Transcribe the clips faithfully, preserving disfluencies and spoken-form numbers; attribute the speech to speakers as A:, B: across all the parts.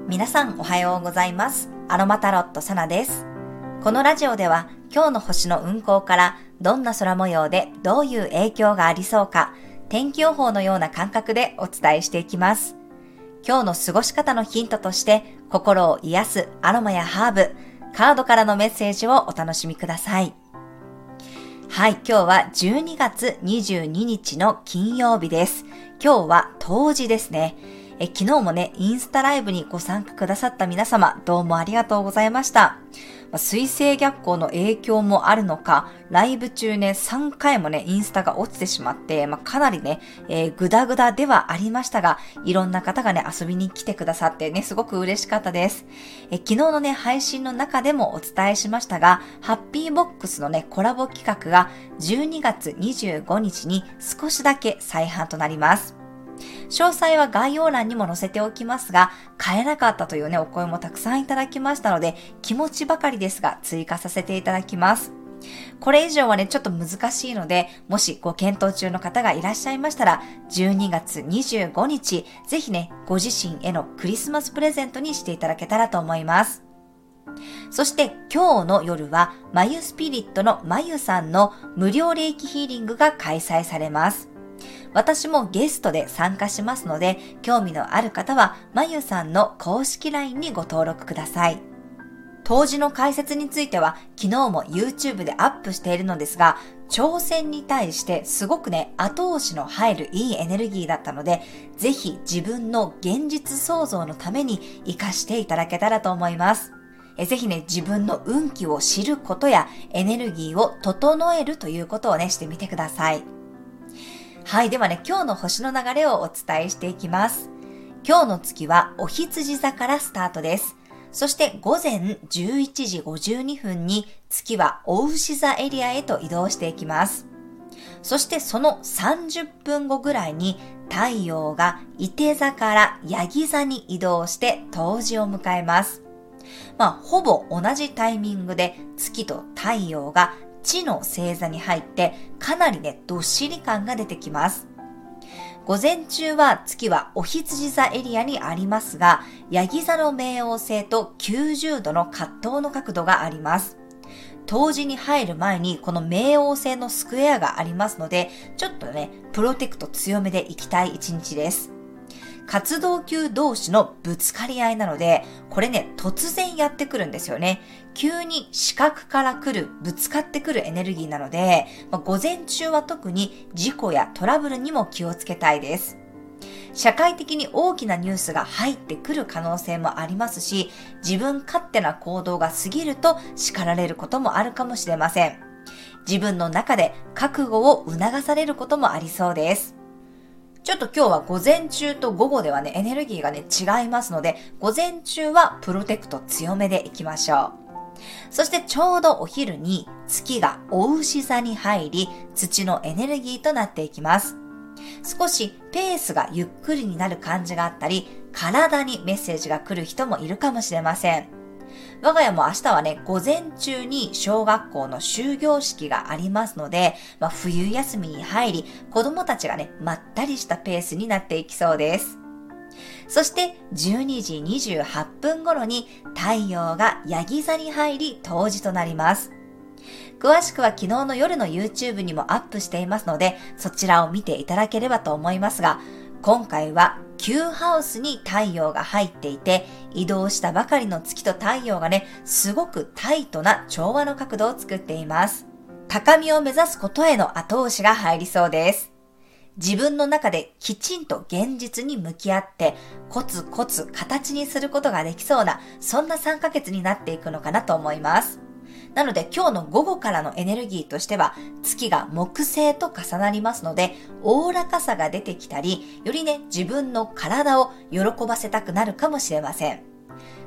A: 皆さんおはようございます。アロマタロットサナです。このラジオでは今日の星の運行からどんな空模様でどういう影響がありそうか、天気予報のような感覚でお伝えしていきます。今日の過ごし方のヒントとして心を癒すアロマやハーブ、カードからのメッセージをお楽しみください。はい、今日はじゅうにがつにじゅうににちの金曜日です。今日は冬至ですね。え昨日もね、インスタライブにご参加くださった皆様、どうもありがとうございました。水星逆行の影響もあるのか、ライブ中ね、さんかいもね、インスタが落ちてしまって、まあ、かなりね、えー、グダグダではありましたが、いろんな方がね、遊びに来てくださってね、すごく嬉しかったです。え昨日のね、配信の中でもお伝えしましたが、ハッピーボックスのね、コラボ企画がじゅうにがつにじゅうごにちに少しだけ再販となります。詳細は概要欄にも載せておきますが、買えなかったというね、お声もたくさんいただきましたので、気持ちばかりですが追加させていただきます。これ以上はね、ちょっと難しいので、もしご検討中の方がいらっしゃいましたら、じゅうにがつにじゅうごにち、ぜひね、ご自身へのクリスマスプレゼントにしていただけたらと思います。そして今日の夜は、まゆスピリットのまゆさんの無料霊気ヒーリングが開催されます。私もゲストで参加しますので、興味のある方はまゆさんの公式 ライン にご登録ください。冬至の解説については昨日も YouTube でアップしているのですが、挑戦に対してすごくね、後押しの入るいいエネルギーだったので、ぜひ自分の現実創造のために活かしていただけたらと思います。えぜひね、自分の運気を知ることやエネルギーを整えるということをね、してみてください。はい、ではね、今日の星の流れをお伝えしていきます。今日の月はお羊座からスタートです。そして午前じゅういちじごじゅうにふんに月はお牛座エリアへと移動していきます。そしてそのさんじゅっぷんごぐらいに太陽が射手座からヤギ座に移動して冬至を迎えます。まあ、ほぼ同じタイミングで月と太陽が地の星座に入ってかなりね、どっしり感が出てきます。午前中は月はお羊座エリアにありますが、ヤギ座の冥王星ときゅうじゅうどの葛藤の角度があります。冬至に入る前にこの冥王星のスクエアがありますので、ちょっとね、プロテクト強めでいきたい一日です。活動級同士のぶつかり合いなので、これね、突然やってくるんですよね。急に視覚から来る、ぶつかってくるエネルギーなので、まあ、午前中は特に事故やトラブルにも気をつけたいです。社会的に大きなニュースが入ってくる可能性もありますし、自分勝手な行動が過ぎると叱られることもあるかもしれません。自分の中で覚悟を促されることもありそうです。ちょっと今日は午前中と午後ではね、エネルギーがね、違いますので、午前中はプロテクト強めでいきましょう。そしてちょうどお昼に月がお牛座に入り、土のエネルギーとなっていきます。少しペースがゆっくりになる感じがあったり、体にメッセージが来る人もいるかもしれません。我が家も明日はね、午前中に小学校の終業式がありますので、まあ、冬休みに入り、子供たちがね、まったりしたペースになっていきそうです。そしてじゅうにじにじゅうはっぷん頃に太陽がヤギ座に入り冬至となります。詳しくは昨日の夜の YouTube にもアップしていますので、そちらを見ていただければと思いますが、今回はきゅうハウスに太陽が入っていて、移動したばかりの月と太陽がね、すごくタイトな調和の角度を作っています。高みを目指すことへの後押しが入りそうです。自分の中できちんと現実に向き合って、コツコツ形にすることができそうな、そんなさんかげつになっていくのかなと思います。なので今日の午後からのエネルギーとしては、月が木星と重なりますので、おおらかさが出てきたり、よりね、自分の体を喜ばせたくなるかもしれません。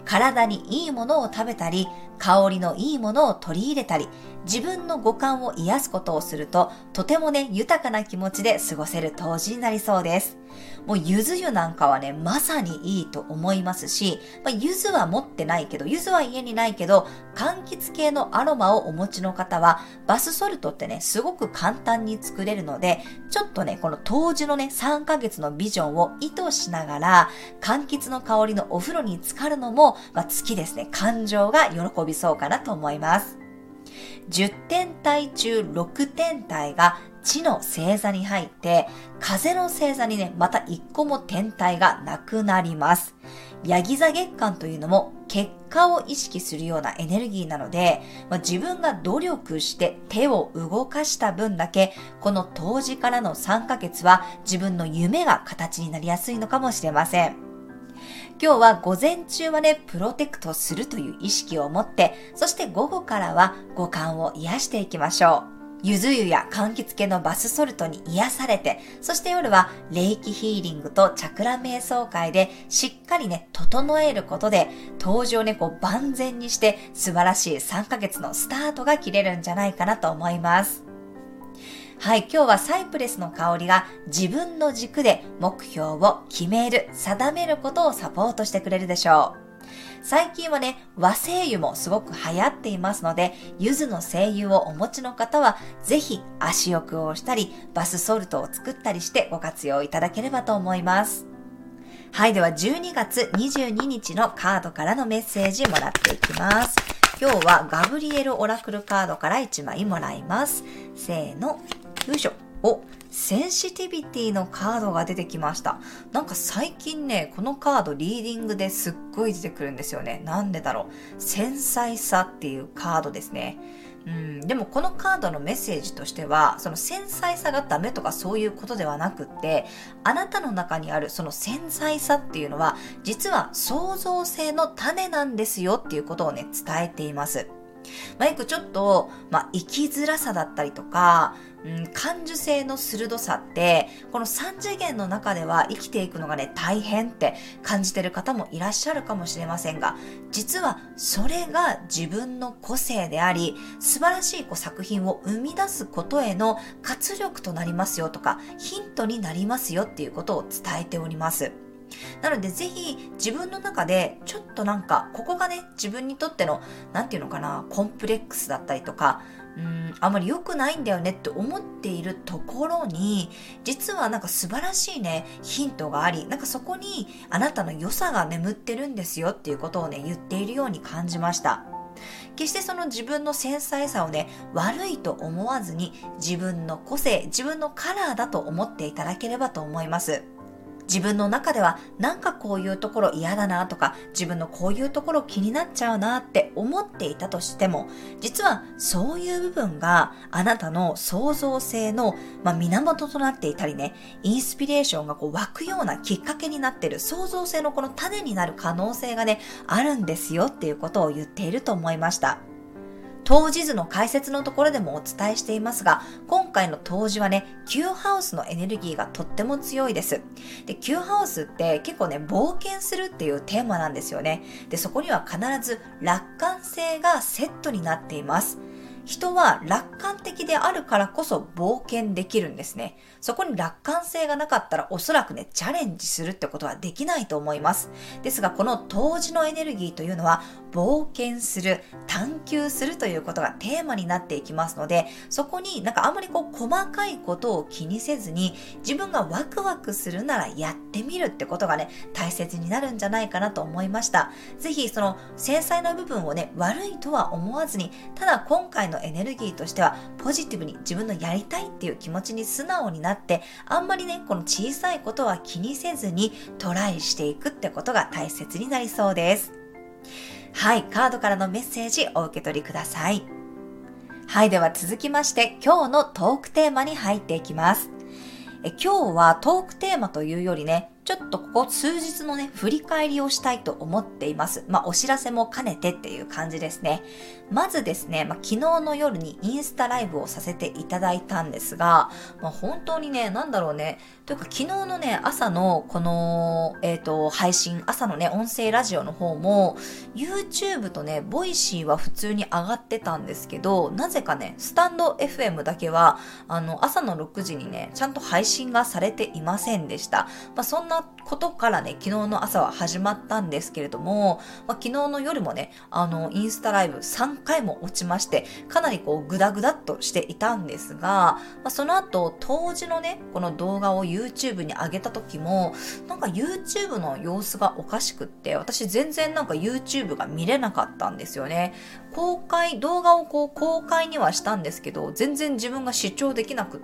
A: 体にいいものを食べたり、香りのいいものを取り入れたり、自分の五感を癒すことをすると、とてもね、豊かな気持ちで過ごせる冬至になりそうです。もう柚子湯なんかはね、まさにいいと思いますし、まあ、柚子は持ってないけど、柚子は家にないけど、柑橘系のアロマをお持ちの方は、バスソルトってね、すごく簡単に作れるので、ちょっとね、この冬至のね、さんかげつのビジョンを意図しながら、柑橘の香りのお風呂に浸かるのも、まあ、月ですね、感情が喜びそうかなと思います。じゅってんたい中ろくてんたいが地の星座に入って、風の星座にね、またいっこも天体がなくなります。ヤギ座月間というのも結果を意識するようなエネルギーなので、まあ、自分が努力して手を動かした分だけ、この冬至からのさんかげつは自分の夢が形になりやすいのかもしれません。今日は午前中はね、プロテクトするという意識を持って、そして午後からは五感を癒していきましょう。柚子湯や柑橘系のバスソルトに癒されて、そして夜は霊気ヒーリングとチャクラ瞑想会でしっかりね、整えることで、冬至をね、こう万全にして素晴らしいさんかげつのスタートが切れるんじゃないかなと思います。はい、今日はサイプレスの香りが自分の軸で目標を決める、定めることをサポートしてくれるでしょう。最近はね、和精油もすごく流行っていますので、柚子の精油をお持ちの方は、ぜひ足浴をしたり、バスソルトを作ったりしてご活用いただければと思います。はい、ではじゅうにがつにじゅうににちのカードからのメッセージもらっていきます。今日はガブリエルオラクルカードからいちまいもらいます。せーの、よいしょ。お、センシティビティのカードが出てきました。なんか最近ね、このカードリーディングですっごい出てくるんですよね。なんでだろう。繊細さっていうカードですね。うん、でもこのカードのメッセージとしては、その繊細さがダメとかそういうことではなくって、あなたの中にあるその繊細さっていうのは、実は創造性の種なんですよっていうことをね、伝えています。まあ、よくちょっと、まあ、生きづらさだったりとか、うん、感受性の鋭さって、このさん次元の中では生きていくのがね、大変って感じてる方もいらっしゃるかもしれませんが、実はそれが自分の個性であり、素晴らしいこう作品を生み出すことへの活力となりますよとか、ヒントになりますよっていうことを伝えております。なのでぜひ自分の中でちょっとなんかここがね自分にとってのなんていうのかなコンプレックスだったりとかうーんあんまり良くないんだよねって思っているところに実はなんか素晴らしいねヒントがありなんかそこにあなたの良さが眠ってるんですよっていうことをね言っているように感じました。決してその自分の繊細さをね悪いと思わずに自分の個性自分のカラーだと思っていただければと思います。自分の中ではなんかこういうところ嫌だなとか自分のこういうところ気になっちゃうなって思っていたとしても実はそういう部分があなたの創造性の、まあ、源となっていたりねインスピレーションがこう湧くようなきっかけになっている創造性のこの種になる可能性がねあるんですよっていうことを言っていると思いました。冬至図の解説のところでもお伝えしていますが、今回の冬至はね、Qハウスのエネルギーがとっても強いです。で、Qハウスって結構ね、冒険するっていうテーマなんですよね。で、そこには必ず楽観性がセットになっています。人は楽観的であるからこそ冒険できるんですね。そこに楽観性がなかったらおそらくね、チャレンジするってことはできないと思います。ですが、この冬至のエネルギーというのは、冒険する、探求するということがテーマになっていきますので、そこになんかあんまりこう細かいことを気にせずに、自分がワクワクするならやってみるってことがね、大切になるんじゃないかなと思いました。ぜひその繊細な部分をね、悪いとは思わずに、ただ今回のエネルギーとしてはポジティブに自分のやりたいっていう気持ちに素直になってあんまりねこの小さいことは気にせずにトライしていくってことが大切になりそうです。はい、カードからのメッセージお受け取りください。はい、では続きまして今日のトークテーマに入っていきます。え今日はトークテーマというよりねちょっとここ数日のね、振り返りをしたいと思っています。まあ、お知らせも兼ねてっていう感じですね。まずですね、まあ、昨日の夜にインスタライブをさせていただいたんですが、まあ、本当にね、なんだろうね、というか昨日のね、朝のこの、えっと、配信、朝のね、音声ラジオの方も、YouTube とね、ボイシーは普通に上がってたんですけど、なぜかね、スタンド エフエム だけは、あの、朝のろくじにね、ちゃんと配信がされていませんでした。まあ、そんなことからね、昨日の朝は始まったんですけれども、まあ、昨日の夜もね、あの、インスタライブさんかいも落ちまして、かなりこう、グダグダっとしていたんですが、まあ、その後、当時のね、この動画を YouTube に上げた時も、なんか YouTube の様子がおかしくって、私全然なんか YouTube が見れなかったんですよね。公開、動画をこう公開にはしたんですけど、全然自分が視聴できなくって、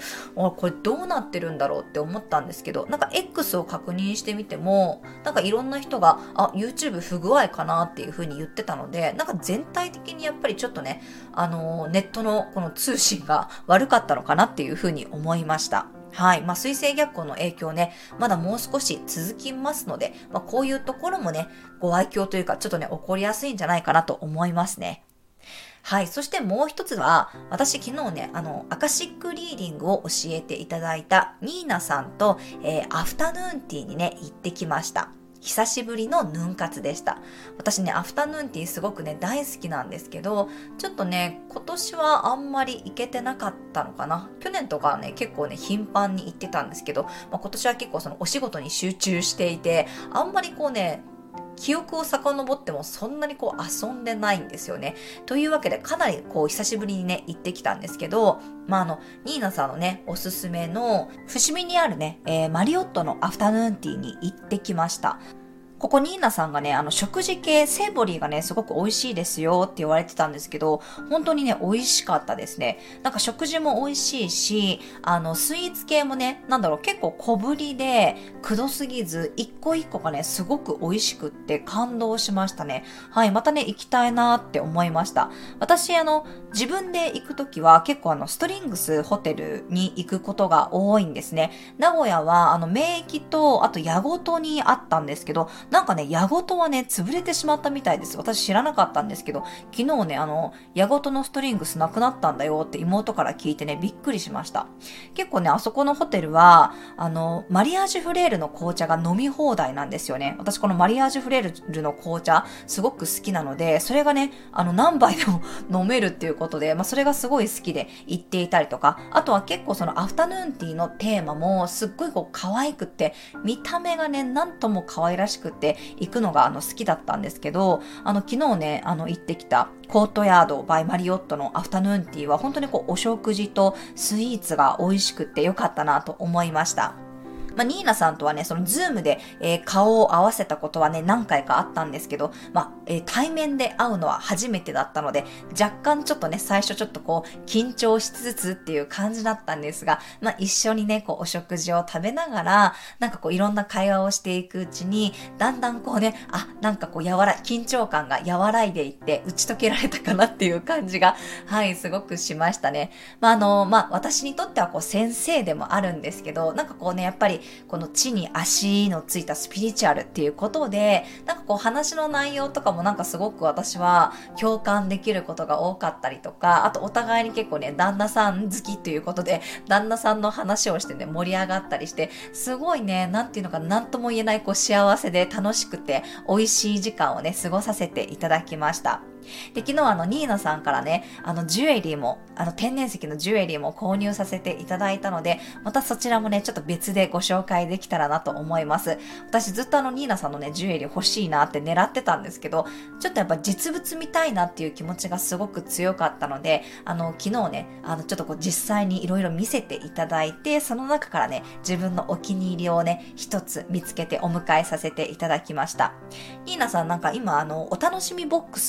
A: あ、これどうなってるんだろうって思ったんですけど、なんか X を確認してみても、なんかいろんな人が、あ、YouTube 不具合かなっていう風に言ってたので、なんか全体的にやっぱりちょっとね、あのー、ネットのこの通信が悪かったのかなっていう風に思いました。はい。まあ、水星逆行の影響ね、まだもう少し続きますので、まあ、こういうところもね、ご愛嬌というか、ちょっとね、起こりやすいんじゃないかなと思いますね。はい。そしてもう一つは、私昨日ね、あの、アカシックリーディングを教えていただいたニーナさんと、えー、アフタヌーンティーにね、行ってきました。久しぶりのヌン活でした。私ね、アフタヌーンティーすごくね、大好きなんですけど、ちょっとね、今年はあんまり行けてなかったのかな。去年とかはね、結構ね、頻繁に行ってたんですけど、まあ、今年は結構そのお仕事に集中していて、あんまりこうね、記憶を遡ってもそんなにこう遊んでないんですよね。というわけでかなりこう久しぶりにね行ってきたんですけど、まああのニーナさんのねおすすめの伏見にあるね、えー、マリオットのアフタヌーンティーに行ってきました。ここニーナさんがね、あの食事系、セーボリーがね、すごく美味しいですよって言われてたんですけど、本当にね、美味しかったですね。なんか食事も美味しいし、あの、スイーツ系もね、なんだろう、結構小ぶりで、くどすぎず、一個一個がね、すごく美味しくって感動しましたね。はい、またね、行きたいなって思いました。私、あの、自分で行くときは結構あの、ストリングスホテルに行くことが多いんですね。名古屋は、あの、名駅と、あと、矢事にあったんですけど、なんかね、矢事はね、潰れてしまったみたいです。私知らなかったんですけど、昨日ね、あの、矢事のストリングスなくなったんだよって妹から聞いてね、びっくりしました。結構ね、あそこのホテルは、あの、マリアージュフレールの紅茶が飲み放題なんですよね。私このマリアージュフレールの紅茶、すごく好きなので、それがね、あの、何杯でも飲めるっていうことで、まあ、それがすごい好きで行っていたりとか、あとは結構そのアフタヌーンティーのテーマも、すっごいこう、可愛くって、見た目がね、なんとも可愛らしくって、行くのがあの好きだったんですけど、あの昨日ね、あの行ってきたコートヤードバイマリオットのアフタヌーンティーは本当にこうお食事とスイーツが美味しくってよかったなと思いました。まあ、ニーナさんとはね、そのズームで、えー、顔を合わせたことはね、何回かあったんですけど、まあ、えー、対面で会うのは初めてだったので、若干ちょっとね、最初ちょっとこう、緊張しつつっていう感じだったんですが、まあ、一緒にね、こう、お食事を食べながら、なんかこう、いろんな会話をしていくうちに、だんだんこうね、あ、なんかこう、和ら、緊張感が和らいでいって、打ち解けられたかなっていう感じが、はい、すごくしましたね。まあ、あの、まあ、私にとってはこう、先生でもあるんですけど、なんかこうね、やっぱり、この地に足のついたスピリチュアルっていうことで、なんかこう話の内容とかもなんかすごく私は共感できることが多かったりとか、あとお互いに結構ね、旦那さん好きということで、旦那さんの話をしてね、盛り上がったりして、すごいね、なんていうのかなんとも言えないこう幸せで楽しくて美味しい時間をね、過ごさせていただきました。で、昨日あの、ニーナさんからね、あの、ジュエリーも、あの、天然石のジュエリーも購入させていただいたので、またそちらもね、ちょっと別でご紹介できたらなと思います。私ずっとあの、ニーナさんのね、ジュエリー欲しいなって狙ってたんですけど、ちょっとやっぱ実物見たいなっていう気持ちがすごく強かったので、あの、昨日ね、あの、ちょっとこう、実際にいろいろ見せていただいて、その中からね、自分のお気に入りをね、一つ見つけてお迎えさせていただきました。ニーナさんなんか今あの、お楽しみボックスをね、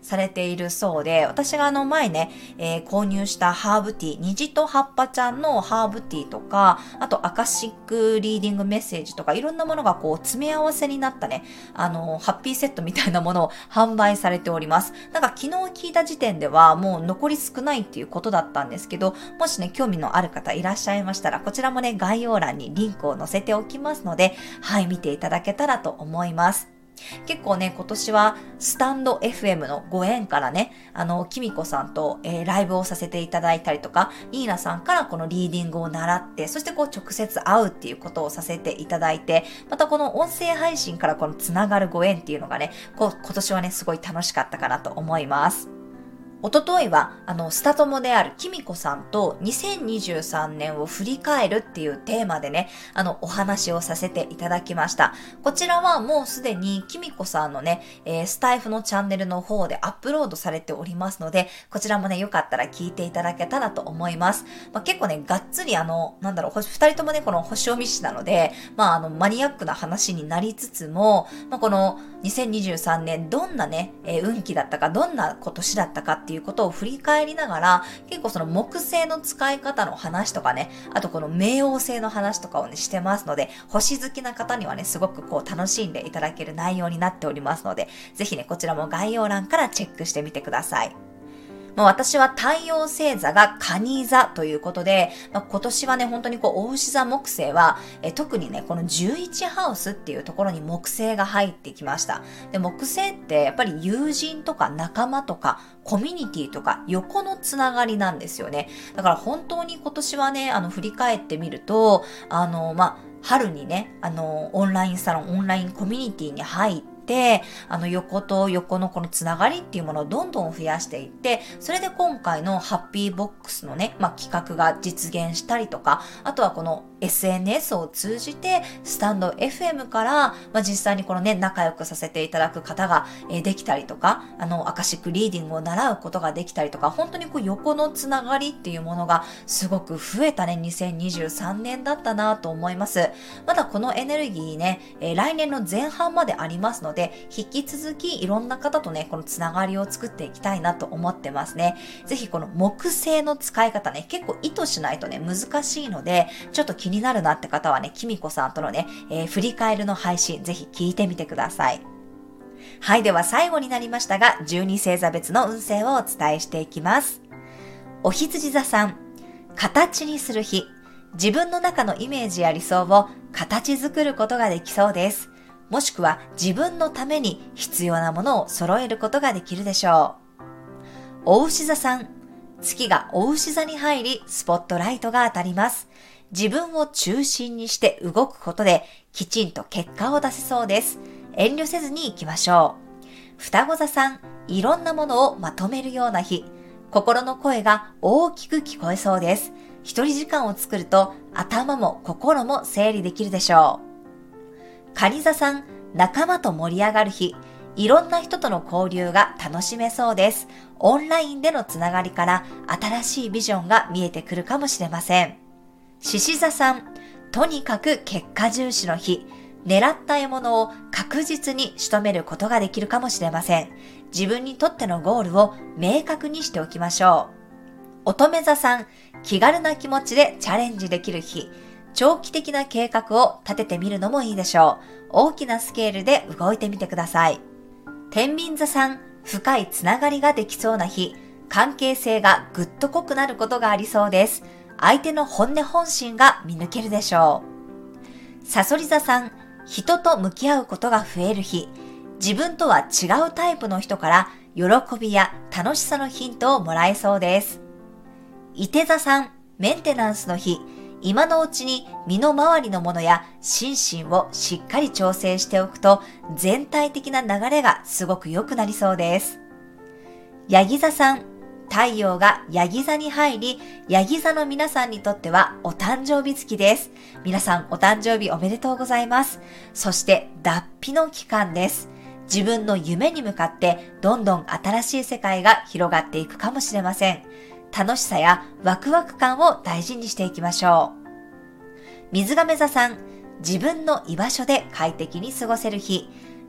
A: されているそうで、私があの前ね、えー、購入したハーブティー、虹と葉っぱちゃんのハーブティーとか、あとアカシックリーディングメッセージとか、いろんなものがこう詰め合わせになったね、あの、ハッピーセットみたいなものを販売されております。なんか昨日聞いた時点ではもう残り少ないっていうことだったんですけど、もしね、興味のある方いらっしゃいましたら、こちらもね、概要欄にリンクを載せておきますので、はい、見ていただけたらと思います。結構ね、今年はスタンド エフエム のご縁からね、あの、きみこさんと、えー、ライブをさせていただいたりとか、ニーナさんからこのリーディングを習って、そしてこう直接会うっていうことをさせていただいて、またこの音声配信からこのつながるご縁っていうのがね、こう今年はね、すごい楽しかったかなと思います。おとといは、あの、スタ友であるきみこさんとにせんにじゅうさんねんを振り返るっていうテーマでね、あの、お話をさせていただきました。こちらはもうすでにきみこさんのね、えー、スタイフのチャンネルの方でアップロードされておりますので、こちらもね、よかったら聞いていただけたらと思います。まあ、結構ね、がっつりあの、なんだろう、二人ともね、この星読み師なので、まあ、あの、マニアックな話になりつつも、まあ、このにせんにじゅうさんねんどんなね、えー、運気だったか、どんな今年だったかっていうことを振り返りながら、結構その木星の使い方の話とかね、あとこの冥王星の話とかをねしてますので、星好きな方にはね、すごくこう楽しんでいただける内容になっておりますので、ぜひね、こちらも概要欄からチェックしてみてください。まあ、私は太陽星座が蟹座ということで、まあ、今年はね、本当にこう、牡牛座木星は、え特にね、このじゅういちハウスっていうところに木星が入ってきました。で、木星ってやっぱり友人とか仲間とか、コミュニティとか横のつながりなんですよね。だから本当に今年はね、あの、振り返ってみると、あの、まあ、春にね、あの、オンラインサロン、オンラインコミュニティに入って、で、あの横と横のこのつながりっていうものをどんどん増やしていって、それで今回のハッピーボックスのね、まあ、企画が実現したりとか、あとはこの エスエヌエス を通じてスタンド エフエム から、まあ、実際にこのね、仲良くさせていただく方が、えー、できたりとか、あの、アカシックリーディングを習うことができたりとか、本当にこう横のつながりっていうものがすごく増えたね、にせんにじゅうさんねんだったなと思います。まだこのエネルギーね、えー、来年の前半までありますので、で引き続きいろんな方とね、このつながりを作っていきたいなと思ってますね。ぜひこの木星の使い方ね、結構意図しないとね、難しいので、ちょっと気になるなって方はね、きみこさんとのね、えー、振り返るの配信、ぜひ聞いてみてください。はい、では最後になりましたが、じゅうに星座別の運勢をお伝えしていきます。お羊座さん、形にする日、自分の中のイメージや理想を形作ることができそうです。もしくは自分のために必要なものを揃えることができるでしょう。お牛座さん、月がお牛座に入り、スポットライトが当たります。自分を中心にして動くことで、きちんと結果を出せそうです。遠慮せずに行きましょう。双子座さん、いろんなものをまとめるような日。心の声が大きく聞こえそうです。一人時間を作ると、頭も心も整理できるでしょう。蟹座さん、仲間と盛り上がる日。いろんな人との交流が楽しめそうです。オンラインでのつながりから新しいビジョンが見えてくるかもしれません。獅子座さん、とにかく結果重視の日。狙った獲物を確実に仕留めることができるかもしれません。自分にとってのゴールを明確にしておきましょう。乙女座さん、気軽な気持ちでチャレンジできる日。長期的な計画を立ててみるのもいいでしょう。大きなスケールで動いてみてください。天秤座さん、深いつながりができそうな日。関係性がぐっと濃くなることがありそうです。相手の本音本心が見抜けるでしょう。さそり座さん、人と向き合うことが増える日。自分とは違うタイプの人から喜びや楽しさのヒントをもらえそうです。いて座さん、メンテナンスの日。今のうちに身の回りのものや心身をしっかり調整しておくと全体的な流れがすごく良くなりそうです。ヤギ座さん、太陽がヤギ座に入り、ヤギ座の皆さんにとってはお誕生日月です。皆さんお誕生日おめでとうございます。そして脱皮の期間です。自分の夢に向かってどんどん新しい世界が広がっていくかもしれません。楽しさやワクワク感を大事にしていきましょう。水亀座さん、自分の居場所で快適に過ごせる日。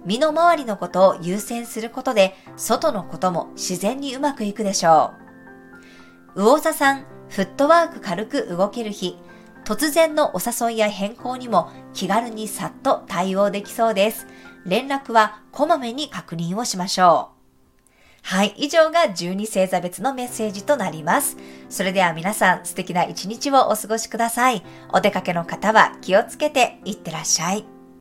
A: 身の回りのことを優先することで、外のことも自然にうまくいくでしょう。魚座さん、フットワーク軽く動ける日。突然のお誘いや変更にも気軽にさっと対応できそうです。連絡はこまめに確認をしましょう。はい、以上がじゅうに星座別のメッセージとなります。それでは皆さん、素敵な一日をお過ごしください。お出かけの方は気をつけていってらっしゃい。